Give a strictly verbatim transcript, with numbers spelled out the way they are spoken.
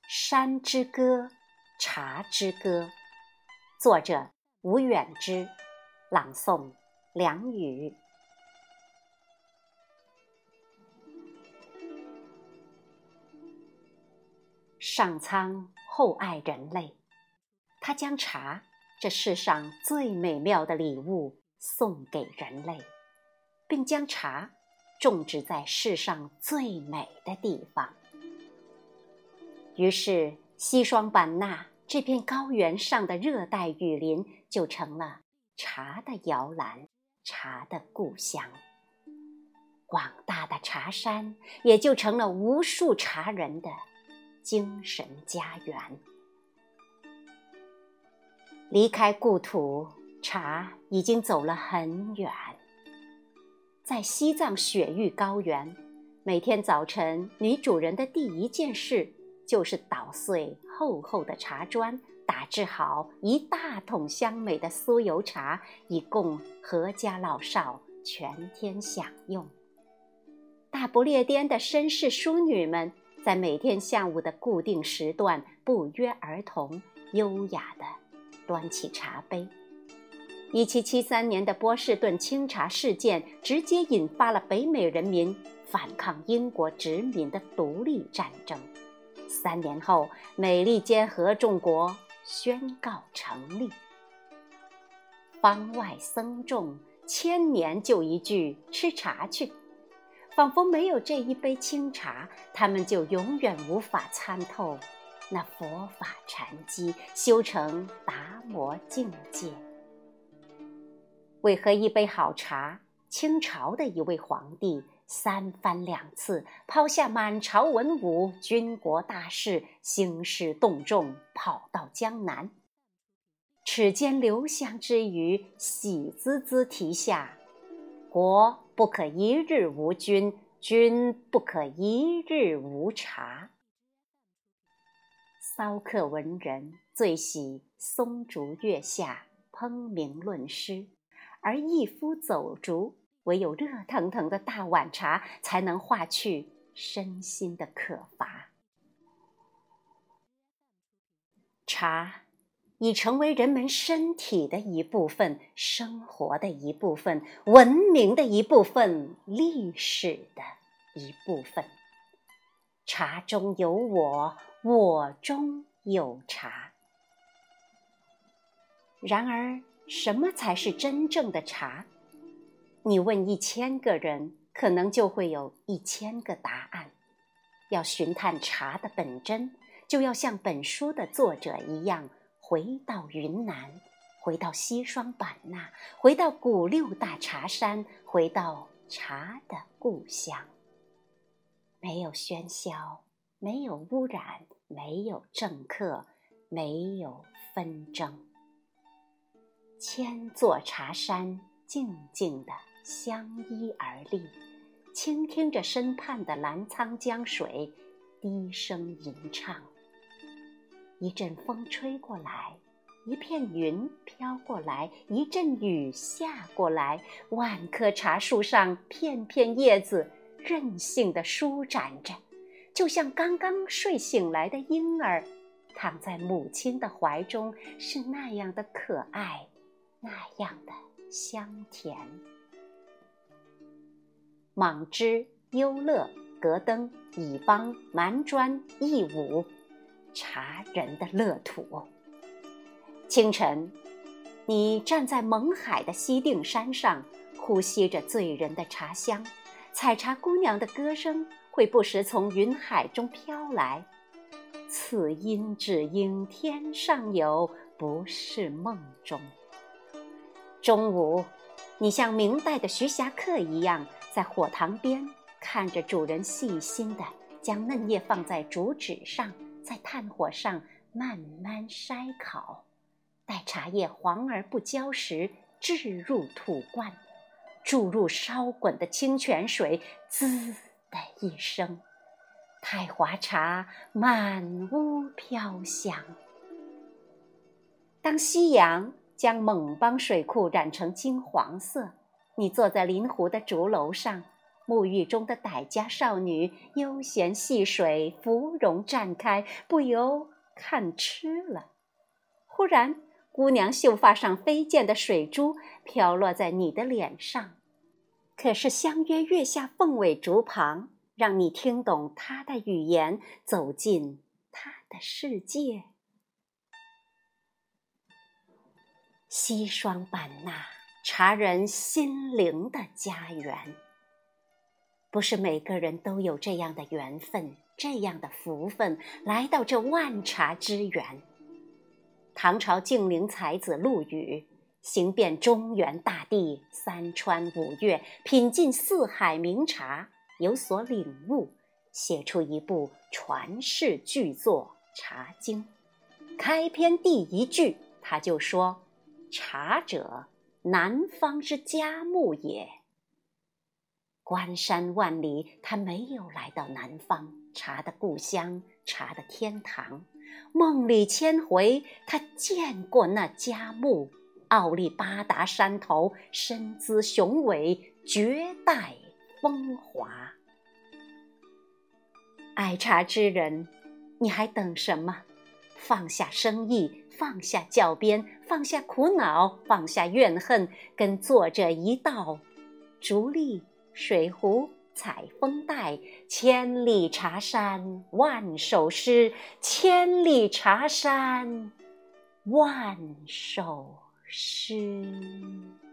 山之歌，茶之歌，作者吴远之，朗诵梁宇。上苍厚爱人类，他将茶，这世上最美妙的礼物，送给人类，并将茶种植在世上最美的地方。于是西双版纳这片高原上的热带雨林就成了茶的摇篮，茶的故乡。广大的茶山也就成了无数茶人的精神家园。离开故土，茶已经走了很远。在西藏雪域高原，每天早晨女主人的第一件事就是捣碎厚厚的茶砖，打制好一大桶香美的酥油茶，以供阖家老少全天享用。大不列颠的绅士淑女们在每天下午的固定时段不约而同优雅地端起茶杯。一七七三年的波士顿清茶事件直接引发了北美人民反抗英国殖民的独立战争。三年后，美利坚合众国宣告成立。方外僧众千年就一句吃茶去，仿佛没有这一杯清茶，他们就永远无法参透那佛法禅机，修成达摩境界。为喝一杯好茶，清朝的一位皇帝三番两次抛下满朝文武军国大事，兴师动众跑到江南，齿间留香之余，喜滋滋题下：国不可一日无君，君不可一日无茶。骚客文人最喜松竹月下烹茗论诗，而一夫走卒唯有热腾腾的大碗茶才能化去身心的渴乏。茶已成为人们身体的一部分，生活的一部分，文明的一部分，历史的一部分。茶中有我，我中有茶。然而，什么才是真正的茶？你问一千个人，可能就会有一千个答案。要寻探茶的本真，就要像本书的作者一样，回到云南，回到西双版纳，回到古六大茶山，回到茶的故乡。没有喧嚣，没有污染，没有政客，没有纷争。千座茶山静静地相依而立，倾听着身畔的澜沧江水低声吟唱。一阵风吹过来，一片云飘过来，一阵雨下过来，万棵茶树上片片叶子任性地舒展着，就像刚刚睡醒来的婴儿躺在母亲的怀中，是那样的可爱，那样的香甜。莽枝、优乐、格登、乙邦、蛮砖、义武，茶人的乐土。清晨，你站在勐海的西定山上，呼吸着醉人的茶香，采茶姑娘的歌声会不时从云海中飘来。此音只应天上有，不是梦中。中午，你像明代的徐霞客一样，在火塘边看着主人细心地将嫩叶放在竹纸上，在炭火上慢慢筛烤，待茶叶黄而不焦时，置入土罐，注入烧滚的清泉水，滋的一声，太华茶满屋飘香。当夕阳将蒙邦水库染成金黄色，你坐在临湖的竹楼上， 沐浴中的傣家少女悠闲戏水，芙蓉绽开，不由看痴了。忽然，姑娘秀发上飞溅的水珠飘落在你的脸上，可是相约月下凤尾竹旁，让你听懂她的语言，走进她的世界。西双版纳，茶人心灵的家园。不是每个人都有这样的缘分，这样的福分，来到这万茶之园。唐朝净陵才子陆羽行遍中原大地，三川五岳，品尽四海名茶，有所领悟，写出一部传世巨作《茶经》。开篇第一句他就说：茶者，南方之佳木也。关山万里，他没有来到南方，茶的故乡，茶的天堂。梦里千回，他见过那佳木，傲立八达山头，身姿雄伟，绝代风华。爱茶之人，你还等什么？放下生意，放下教鞭，放下苦恼，放下怨恨，跟作者一道，竹笠、水壶、采风袋，千里茶山万首诗，千里茶山万首诗。